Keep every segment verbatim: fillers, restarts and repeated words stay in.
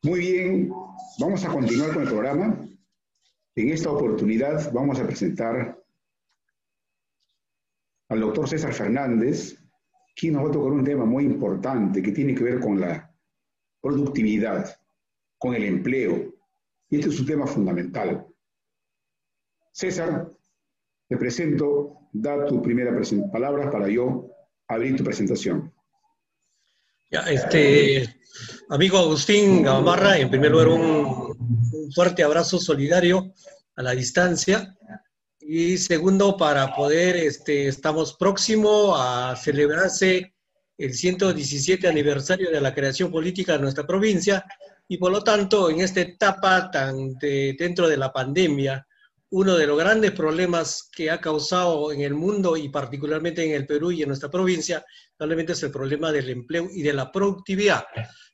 Muy bien, vamos a continuar con el programa. En esta oportunidad vamos a presentar al doctor César Fernández, quien nos va a tocar un tema muy importante que tiene que ver con la productividad, con el empleo. Y este es un tema fundamental. César, te presento, da tu primera palabra para yo abrir tu presentación. Ya, este, amigo Agustín Gamarra, en primer lugar un, un fuerte abrazo solidario a la distancia. Y segundo, para poder, este, estamos próximos a celebrarse el ciento diecisiete aniversario de la creación política de nuestra provincia, y por lo tanto, en esta etapa tan de, dentro de la pandemia, uno de los grandes problemas que ha causado en el mundo y particularmente en el Perú y en nuestra provincia, probablemente es el problema del empleo y de la productividad.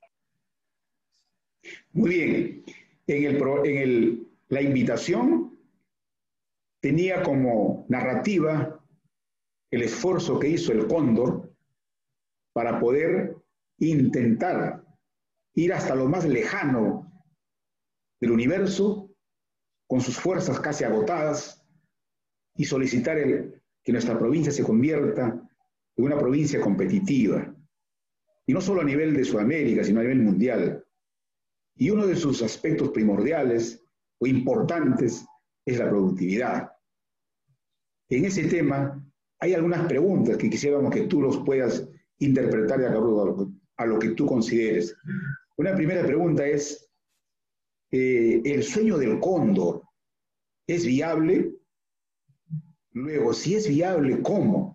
Muy bien. En, el, en el, la invitación tenía como narrativa el esfuerzo que hizo el Cóndor para poder intentar ir hasta lo más lejano del universo con sus fuerzas casi agotadas y solicitar el, que nuestra provincia se convierta en una provincia competitiva. Y no solo a nivel de Sudamérica, sino a nivel mundial. Y uno de sus aspectos primordiales o importantes es la productividad. En ese tema hay algunas preguntas que quisiéramos que tú los puedas interpretar de acuerdo a lo que tú consideres. Una primera pregunta es, eh, ¿el sueño del cóndor es viable? Luego, si es viable, ¿cómo?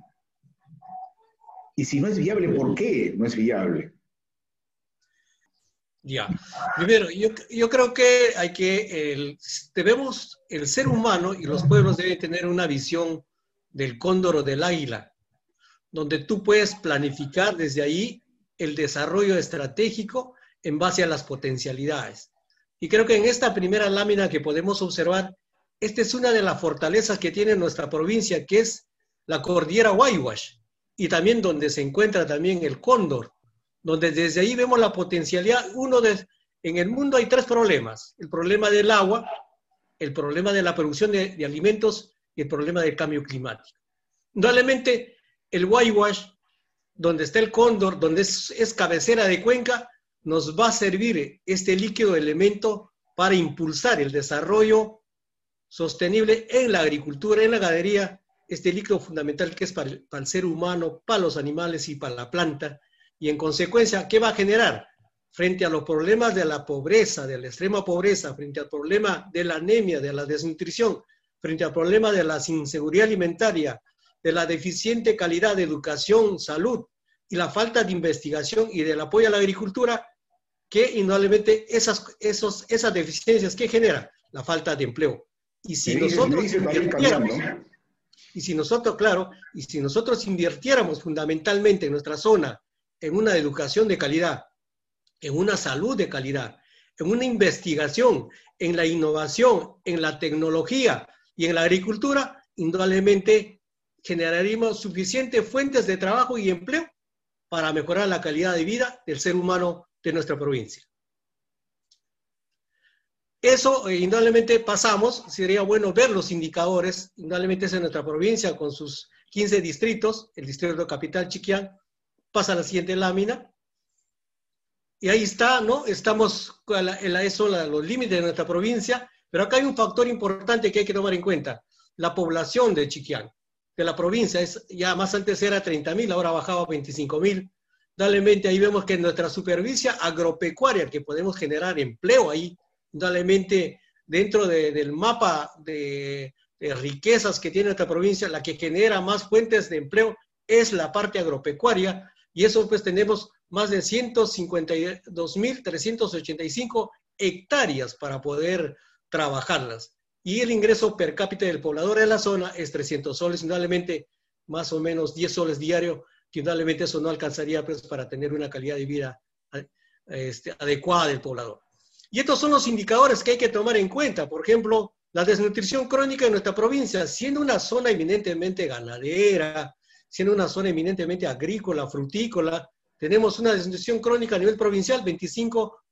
Y si no es viable, ¿por qué no es viable? Ya, primero, yo, yo creo que hay que, el, debemos, el ser humano y los pueblos deben tener una visión del cóndor o del águila, donde tú puedes planificar desde ahí el desarrollo estratégico en base a las potencialidades. Y creo que en esta primera lámina que podemos observar, esta es una de las fortalezas que tiene nuestra provincia, que es la cordillera Waiwash, y también donde se encuentra también el cóndor, donde desde ahí vemos la potencialidad. Uno de, en el mundo hay tres problemas: el problema del agua, el problema de la producción de, de alimentos y el problema del cambio climático. Indudablemente, el Waiwash, donde está el cóndor, donde es, es cabecera de cuenca, nos va a servir este líquido elemento para impulsar el desarrollo sostenible en la agricultura, en la ganadería, este líquido fundamental que es para el, para el ser humano, para los animales y para la planta. Y en consecuencia, ¿qué va a generar? Frente a los problemas de la pobreza, de la extrema pobreza, frente al problema de la anemia, de la desnutrición, frente al problema de la inseguridad alimentaria, de la deficiente calidad de educación, salud y la falta de investigación y del apoyo a la agricultura, que indudablemente esas, esos, esas deficiencias, ¿qué genera? La falta de empleo. Y si nosotros invirtiéramos, y si nosotros, claro, y si nosotros invirtiéramos fundamentalmente en nuestra zona en una educación de calidad, en una salud de calidad, en una investigación, en la innovación, en la tecnología y en la agricultura, indudablemente generaríamos suficientes fuentes de trabajo y empleo para mejorar la calidad de vida del ser humano de nuestra provincia. Eso, eh, indudablemente, pasamos. Sería bueno ver los indicadores. Indudablemente es en nuestra provincia con sus quince distritos, el distrito capital Chiquián. Pasa a la siguiente lámina. Y ahí está, ¿no? Estamos en la, eso, la, los límites de nuestra provincia, pero acá hay un factor importante que hay que tomar en cuenta. La población de Chiquián, de la provincia, es ya más antes era treinta mil, ahora ha bajado a veinticinco mil. Indudablemente ahí vemos que nuestra superficie agropecuaria, que podemos generar empleo ahí, indudablemente dentro de, del mapa de, de riquezas que tiene nuestra provincia, la que genera más fuentes de empleo es la parte agropecuaria, y eso pues tenemos más de ciento cincuenta y dos mil trescientas ochenta y cinco hectáreas para poder trabajarlas. Y el ingreso per cápita del poblador de la zona es trescientos soles, indudablemente más o menos diez soles diario, que indudablemente eso no alcanzaría pues, para tener una calidad de vida este, adecuada del poblador. Y estos son los indicadores que hay que tomar en cuenta. Por ejemplo, la desnutrición crónica en nuestra provincia, siendo una zona eminentemente ganadera, siendo una zona eminentemente agrícola, frutícola, tenemos una desnutrición crónica a nivel provincial veinticinco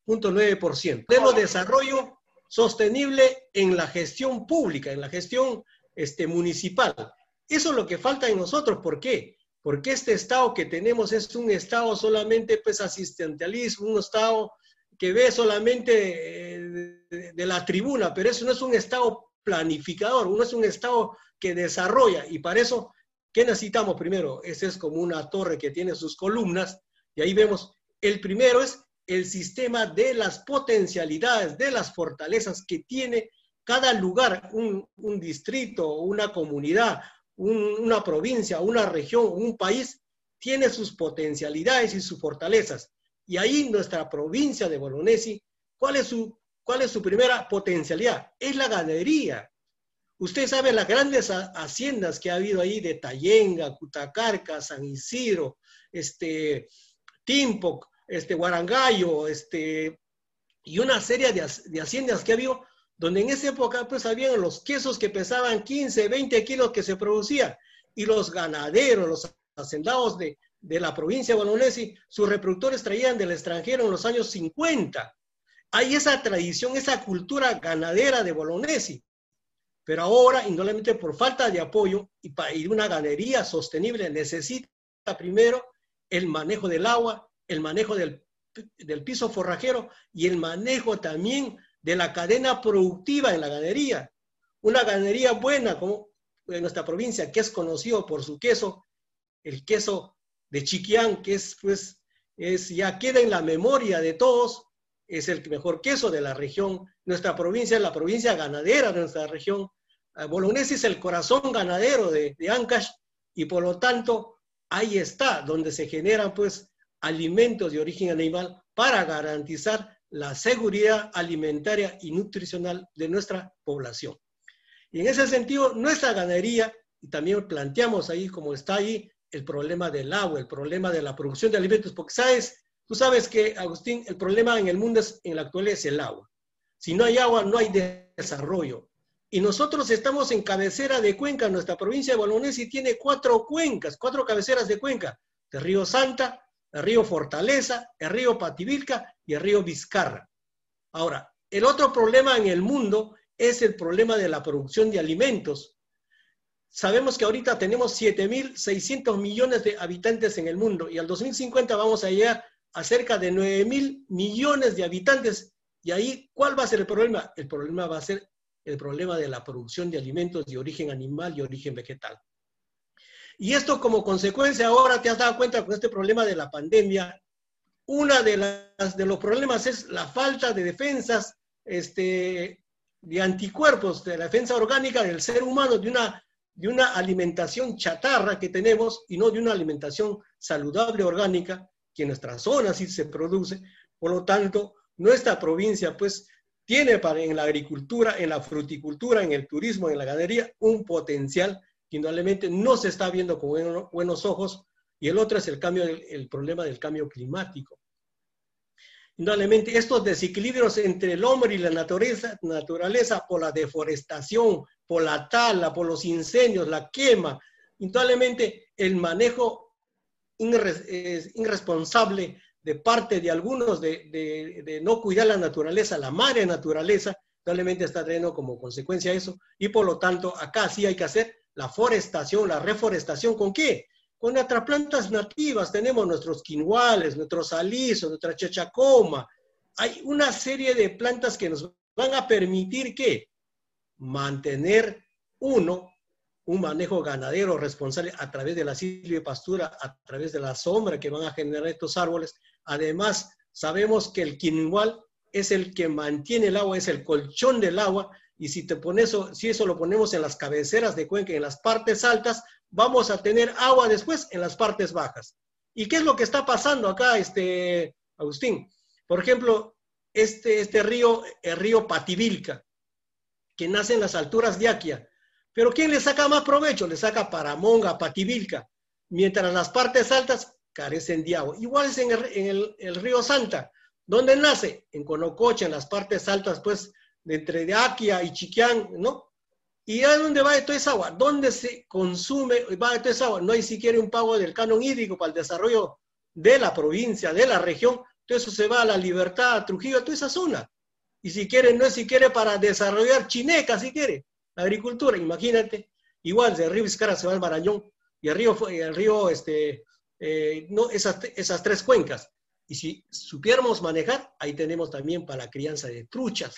punto nueve por ciento. De los desarrollo sostenible en la gestión pública, en la gestión este, municipal. Eso es lo que falta en nosotros. ¿Por qué? Porque este Estado que tenemos es un Estado solamente pues, asistencialismo, un Estado que ve solamente eh, de, de la tribuna, pero eso no es un Estado planificador, no es un Estado que desarrolla, y para eso, ¿qué necesitamos primero? Ese es como una torre que tiene sus columnas, y ahí vemos, el primero es el sistema de las potencialidades, de las fortalezas que tiene cada lugar, un, un distrito, una comunidad, un, una provincia, una región, un país, tiene sus potencialidades y sus fortalezas. Y ahí nuestra provincia de Bolognesi, ¿cuál es su, cuál es su primera potencialidad? Es la ganadería. Usted sabe las grandes haciendas que ha habido ahí de Tayenga, Cutacarca, San Isidro, este, Timpoc, este, Guarangayo, este, y una serie de, de haciendas que ha habido, donde en esa época pues habían los quesos que pesaban quince, veinte kilos que se producían, y los ganaderos, los hacendados de, de la provincia de Bolognesi, sus reproductores traían del extranjero en los años cincuenta. Hay esa tradición, esa cultura ganadera de Bolognesi. Pero ahora, indudablemente por falta de apoyo y para ir una ganadería sostenible, necesita primero el manejo del agua, el manejo del, del piso forrajero y el manejo también de la cadena productiva en la ganadería. Una ganadería buena, como en nuestra provincia, que es conocido por su queso, el queso de Chiquián, que es, pues, es, ya queda en la memoria de todos, es el mejor queso de la región. Nuestra provincia es la provincia ganadera de nuestra región. Bolognesi es el corazón ganadero de, de Ancash, y por lo tanto ahí está donde se generan pues alimentos de origen animal para garantizar la seguridad alimentaria y nutricional de nuestra población. Y en ese sentido, nuestra ganadería, y también planteamos ahí como está ahí el problema del agua, el problema de la producción de alimentos, porque sabes, tú sabes que, Agustín, el problema en el mundo es, en la actualidad es el agua. Si no hay agua, no hay desarrollo. Y nosotros estamos en cabecera de cuenca. Nuestra provincia de Bolognesi tiene cuatro cuencas, cuatro cabeceras de cuenca. El río Santa, el río Fortaleza, el río Pativilca y el río Vizcarra. Ahora, el otro problema en el mundo es el problema de la producción de alimentos. Sabemos que ahorita tenemos siete mil seiscientos millones de habitantes en el mundo, y al dos mil cincuenta vamos a llegar a cerca de nueve mil millones de habitantes. Y ahí, ¿cuál va a ser el problema? El problema va a ser el problema de la producción de alimentos de origen animal y origen vegetal. Y esto como consecuencia, ahora te has dado cuenta con este problema de la pandemia, una de, las, de los problemas es la falta de defensas, este, de anticuerpos, de la defensa orgánica del ser humano, de una, de una alimentación chatarra que tenemos y no de una alimentación saludable orgánica, que en nuestra zona sí se produce. Por lo tanto, nuestra provincia, pues, tiene para, en la agricultura, en la fruticultura, en el turismo, en la ganadería, un potencial que indudablemente no se está viendo con bueno, buenos ojos, y el otro es el, cambio, el, el problema del cambio climático. Indudablemente estos desequilibrios entre el hombre y la naturaleza, naturaleza por la deforestación, por la tala, por los incendios, la quema, indudablemente el manejo irre, eh, irresponsable de parte de algunos de, de, de no cuidar la naturaleza, la madre naturaleza, probablemente está trayendo como consecuencia eso, y por lo tanto acá sí hay que hacer la forestación, la reforestación. ¿Con qué? Con nuestras plantas nativas. Tenemos nuestros quinhuales, nuestros alisos, nuestra chachacoma. Hay una serie de plantas que nos van a permitir que mantener, uno, un manejo ganadero responsable a través de la silvopastura, a través de la sombra que van a generar estos árboles. Además, sabemos que el quinhual es el que mantiene el agua, es el colchón del agua, y si, te pones, si eso lo ponemos en las cabeceras de cuenca, en las partes altas, vamos a tener agua después en las partes bajas. ¿Y qué es lo que está pasando acá, este, Agustín? Por ejemplo, este, este río, el río Pativilca, que nace en las alturas de Aquia. Pero ¿quién le saca más provecho? Le saca Paramonga, Pativilca, mientras las partes altas carecen de agua. Igual es en el, en el, el río Santa. ¿Dónde nace? En Conococha, en las partes altas, pues, de entre de Aquia y Chiquián, ¿no? ¿Y a dónde va de toda esa agua? ¿Dónde se consume, va de toda esa agua? No hay siquiera un pago del canon hídrico para el desarrollo de la provincia, de la región, todo eso se va a La Libertad, a Trujillo, a toda esa zona. Y si quiere, no es si quiere para desarrollar Chineca, si quiere, la agricultura, imagínate. Igual, de Río Vizcarra se va al Marañón, y el río, el río este, eh, no, esas, esas tres cuencas. Y si supiéramos manejar, ahí tenemos también para la crianza de truchas.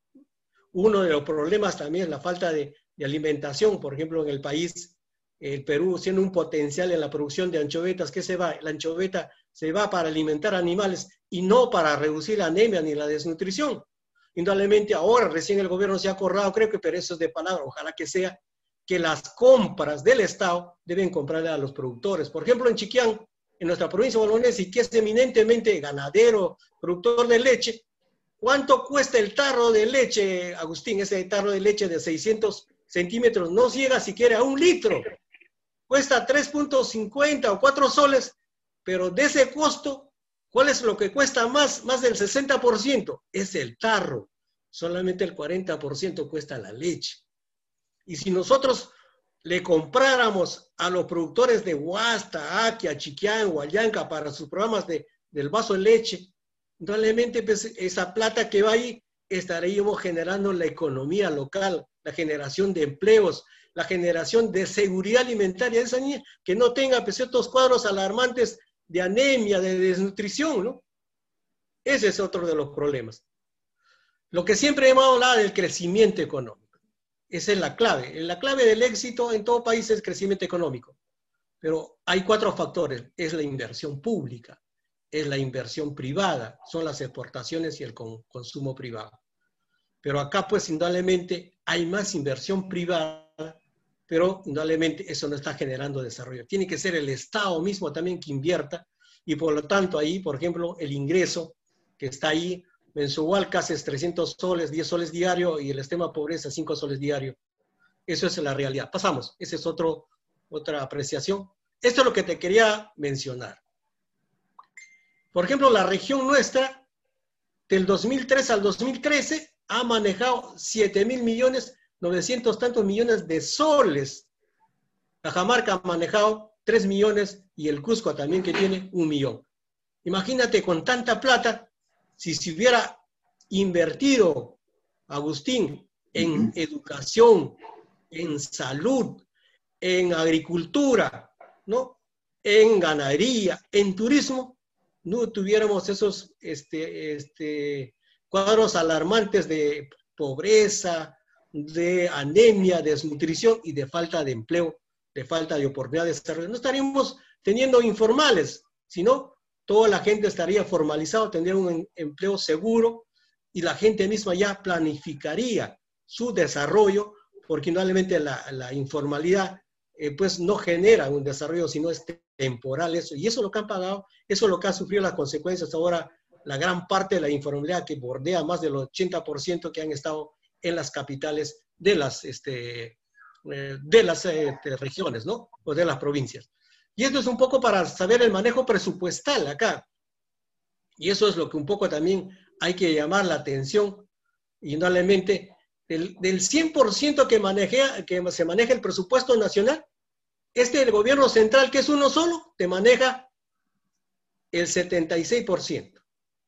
Uno de los problemas también es la falta de, de alimentación. Por ejemplo, en el país, el Perú, siendo un potencial en la producción de anchovetas, ¿qué se va? La anchoveta se va para alimentar animales y no para reducir la anemia ni la desnutrición. Indudablemente ahora recién el gobierno se ha acordado, creo que, pero eso es de palabra, ojalá que sea, que las compras del Estado deben comprarle a los productores. Por ejemplo, en Chiquián, en nuestra provincia de Bolognesi, que es eminentemente ganadero, productor de leche, ¿cuánto cuesta el tarro de leche, Agustín? Ese tarro de leche de seiscientos centímetros no llega siquiera a un litro. Cuesta tres punto cincuenta o cuatro soles, pero de ese costo, ¿cuál es lo que cuesta más? Más del sesenta por ciento. Es el tarro. Solamente el cuarenta por ciento cuesta la leche. Y si nosotros le compráramos a los productores de Huasta, Aquia, Chiquián, Huallanca para sus programas de, del vaso de leche, indudablemente pues, esa plata que va ahí estaríamos generando la economía local, la generación de empleos, la generación de seguridad alimentaria de esa niña, que no tenga pues, estos cuadros alarmantes de anemia, de desnutrición, ¿no? Ese es otro de los problemas. Lo que siempre hemos hablado del crecimiento económico. Esa es la clave. La clave del éxito en todo país es crecimiento económico. Pero hay cuatro factores. Es la inversión pública, es la inversión privada, son las exportaciones y el con, consumo privado. Pero acá, pues, indudablemente hay más inversión privada, pero indudablemente eso no está generando desarrollo. Tiene que ser el Estado mismo también que invierta, y por lo tanto ahí, por ejemplo, el ingreso que está ahí, mensual casi es trescientos soles, diez soles diario, y el extrema pobreza cinco soles diario. Eso es la realidad. Pasamos, esa es otro, otra apreciación. Esto es lo que te quería mencionar. Por ejemplo, la región nuestra, del dos mil tres al dos mil trece, ha manejado siete mil millones, novecientos tantos millones de soles. Cajamarca ha manejado tres millones y el Cusco también, que tiene un millón. Imagínate con tanta plata, si se hubiera invertido, Agustín, en uh-huh. educación, en salud, en agricultura, ¿no? En ganadería, en turismo, no tuviéramos esos este, este, cuadros alarmantes de pobreza, de anemia, desnutrición y de falta de empleo, de falta de oportunidades de desarrollo. No estaríamos teniendo informales, sino toda la gente estaría formalizada, tendría un empleo seguro y la gente misma ya planificaría su desarrollo, porque indudablemente la, la informalidad eh, pues no genera un desarrollo, sino es temporal eso. Y eso es lo que han pagado, eso es lo que ha sufrido las consecuencias ahora, la gran parte de la informalidad que bordea más del ochenta por ciento que han estado en las capitales de las, este, eh, de las eh, de regiones, ¿no? O de las provincias. Y esto es un poco para saber el manejo presupuestal acá. Y eso es lo que un poco también hay que llamar la atención. Indudablemente, del, del cien por ciento que, maneje, que se maneja el presupuesto nacional, este el gobierno central, que es uno solo, te maneja el setenta y seis por ciento.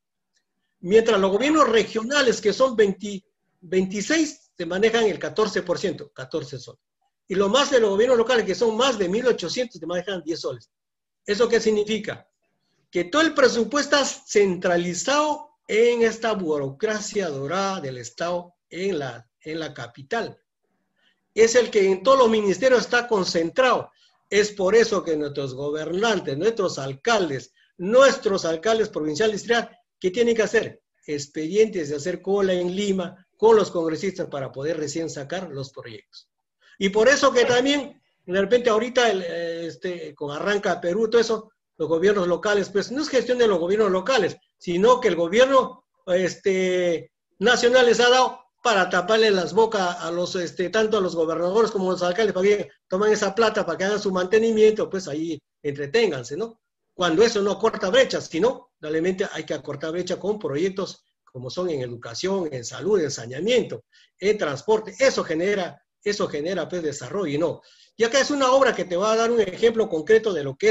Mientras los gobiernos regionales, que son veinte, veintiséis, te manejan el catorce por ciento, catorce soles. Y lo más de los gobiernos locales, que son más de mil ochocientos, te manejan diez soles. ¿Eso qué significa? Que todo el presupuesto está centralizado en esta burocracia dorada del Estado en la, en la capital. Es el que en todos los ministerios está concentrado. Es por eso que nuestros gobernantes, nuestros alcaldes, nuestros alcaldes provinciales, distritales, ¿qué tienen que hacer? Expedientes de hacer cola en Lima con los congresistas para poder recién sacar los proyectos. Y por eso que también, de repente ahorita, el, este, con Arranca Perú, todo eso, los gobiernos locales, pues no es gestión de los gobiernos locales, sino que el gobierno este, nacional les ha dado para taparle las bocas a los, este, tanto a los gobernadores como a los alcaldes, para que tomen esa plata para que hagan su mantenimiento, pues ahí entreténganse, ¿no? Cuando eso no acorta brechas, sino, realmente hay que acortar brecha con proyectos como son en educación, en salud, en saneamiento, en transporte. Eso genera... Eso genera pues desarrollo y no. Y acá es una obra que te va a dar un ejemplo concreto de lo que es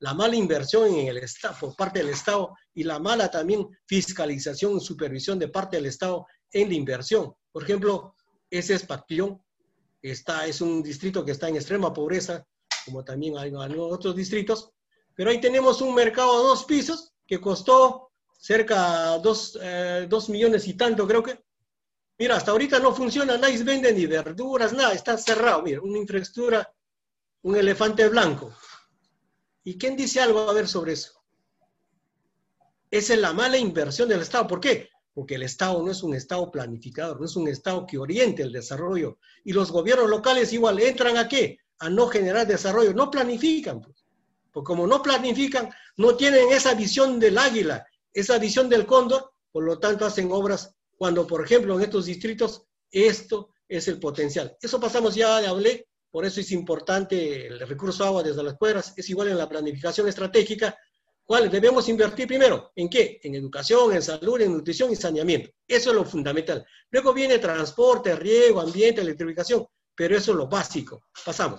la mala inversión en el Estado, por parte del Estado y la mala también fiscalización y supervisión de parte del Estado en la inversión. Por ejemplo, ese es Patillón, está, es un distrito que está en extrema pobreza, como también hay, hay otros distritos, pero ahí tenemos un mercado de dos pisos que costó cerca de dos, eh, dos millones y tanto, creo que. Mira, hasta ahorita no funciona, nadie vende ni verduras, nada, está cerrado. Mira, una infraestructura, un elefante blanco. ¿Y quién dice algo a ver sobre eso? Esa es la mala inversión del Estado. ¿Por qué? Porque el Estado no es un Estado planificador, no es un Estado que oriente el desarrollo. Y los gobiernos locales igual entran a qué? A no generar desarrollo, no planifican. Pues. Porque como no planifican, no tienen esa visión del águila, esa visión del cóndor, por lo tanto hacen obras cuando, por ejemplo, en estos distritos, esto es el potencial. Eso pasamos ya, de hablé, por eso es importante el recurso agua desde las cuadras, es igual en la planificación estratégica. ¿Cuál debemos invertir primero? ¿En qué? En educación, en salud, en nutrición y saneamiento. Eso es lo fundamental. Luego viene transporte, riego, ambiente, electrificación, pero eso es lo básico. Pasamos.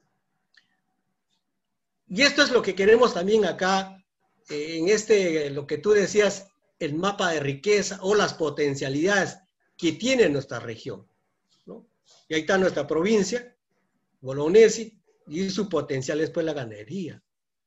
Y esto es lo que queremos también acá, eh, en este, lo que tú decías, el mapa de riqueza o las potencialidades que tiene nuestra región, ¿no? Y ahí está nuestra provincia, Bolognesi, y su potencial es pues la ganadería.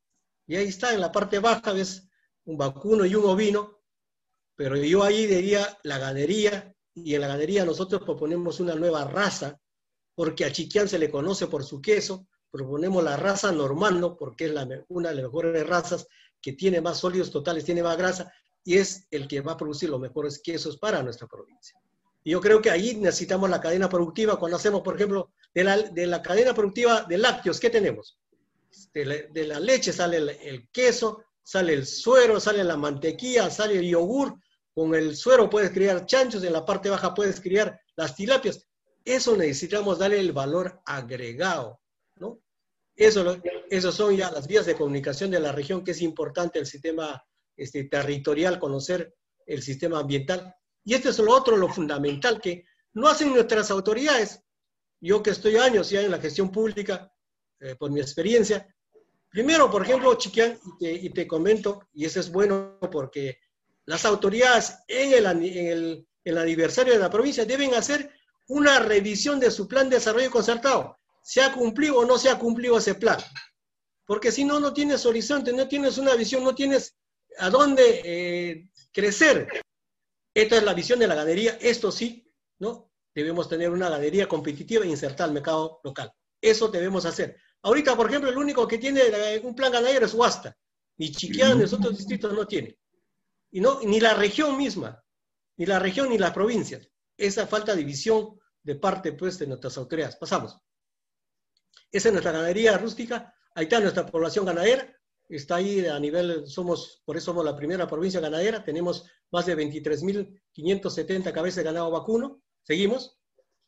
Y ahí está, en la parte baja, ves un vacuno y un ovino, pero yo ahí diría la ganadería, y en la ganadería nosotros proponemos una nueva raza, porque a Chiquián se le conoce por su queso, proponemos la raza Normando, porque es la, una de las mejores razas que tiene más sólidos totales, tiene más grasa, y es el que va a producir los mejores quesos para nuestra provincia. Y yo creo que ahí necesitamos la cadena productiva. Cuando hacemos, por ejemplo, de la, de la cadena productiva de lácteos, ¿qué tenemos? De la, de la leche sale el, el queso, sale el suero, sale la mantequilla, sale el yogur. Con el suero puedes criar chanchos, en la parte baja puedes criar las tilapias. Eso necesitamos darle el valor agregado, ¿no? Eso, eso son ya las vías de comunicación de la región, que es importante el sistema este, territorial, conocer el sistema ambiental. Y esto es lo otro, lo fundamental, que no hacen nuestras autoridades. Yo que estoy años ya en la gestión pública, eh, por mi experiencia. Primero, por ejemplo, Chiquián, y te, y te comento, y eso es bueno porque las autoridades en el, en, el, en el aniversario de la provincia deben hacer una revisión de su plan de desarrollo concertado. ¿Se ha cumplido o no se ha cumplido ese plan? Porque si no, no tienes horizonte, no tienes una visión, no tienes a dónde eh, crecer. Esta es la visión de la ganadería, esto sí, ¿no? Debemos tener una ganadería competitiva e insertar al mercado local. Eso debemos hacer. Ahorita, por ejemplo, el único que tiene un plan ganadero es Huasta. Ni Chiquián, ni los otros distritos no tienen. Y no, ni la región misma, ni la región ni las provincias. Esa falta de visión de parte, pues, de nuestras autoridades. Pasamos. Esa es nuestra ganadería rústica. Ahí está nuestra población ganadera. Está ahí a nivel, somos, por eso somos la primera provincia ganadera. Tenemos más de veintitrés mil quinientos setenta cabezas de ganado vacuno. Seguimos.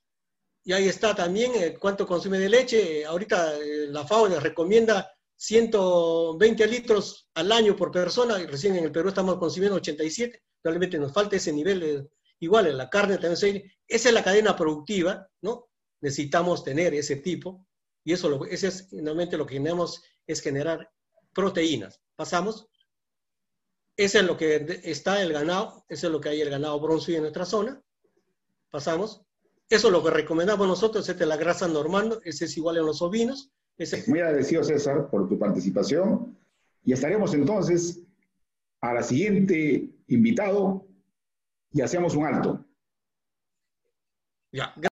Y ahí está también eh, cuánto consume de leche. Ahorita eh, la FAO les recomienda ciento veinte litros al año por persona. Y recién en el Perú estamos consumiendo ochenta y siete. Realmente nos falta ese nivel. Eh, igual en la carne también se. Esa es la cadena productiva, ¿no? Necesitamos tener ese tipo. Y eso, lo, ese es finalmente lo que tenemos es generar proteínas. Pasamos. Ese es lo que está el ganado. Ese es lo que hay el ganado bronce en nuestra zona. Pasamos. Eso es lo que recomendamos nosotros. Esta es la grasa Normando. Ese es igual en los ovinos. Ese... Muy agradecido, César, por tu participación. Y estaremos entonces a la siguiente invitado y hacemos un alto. Ya.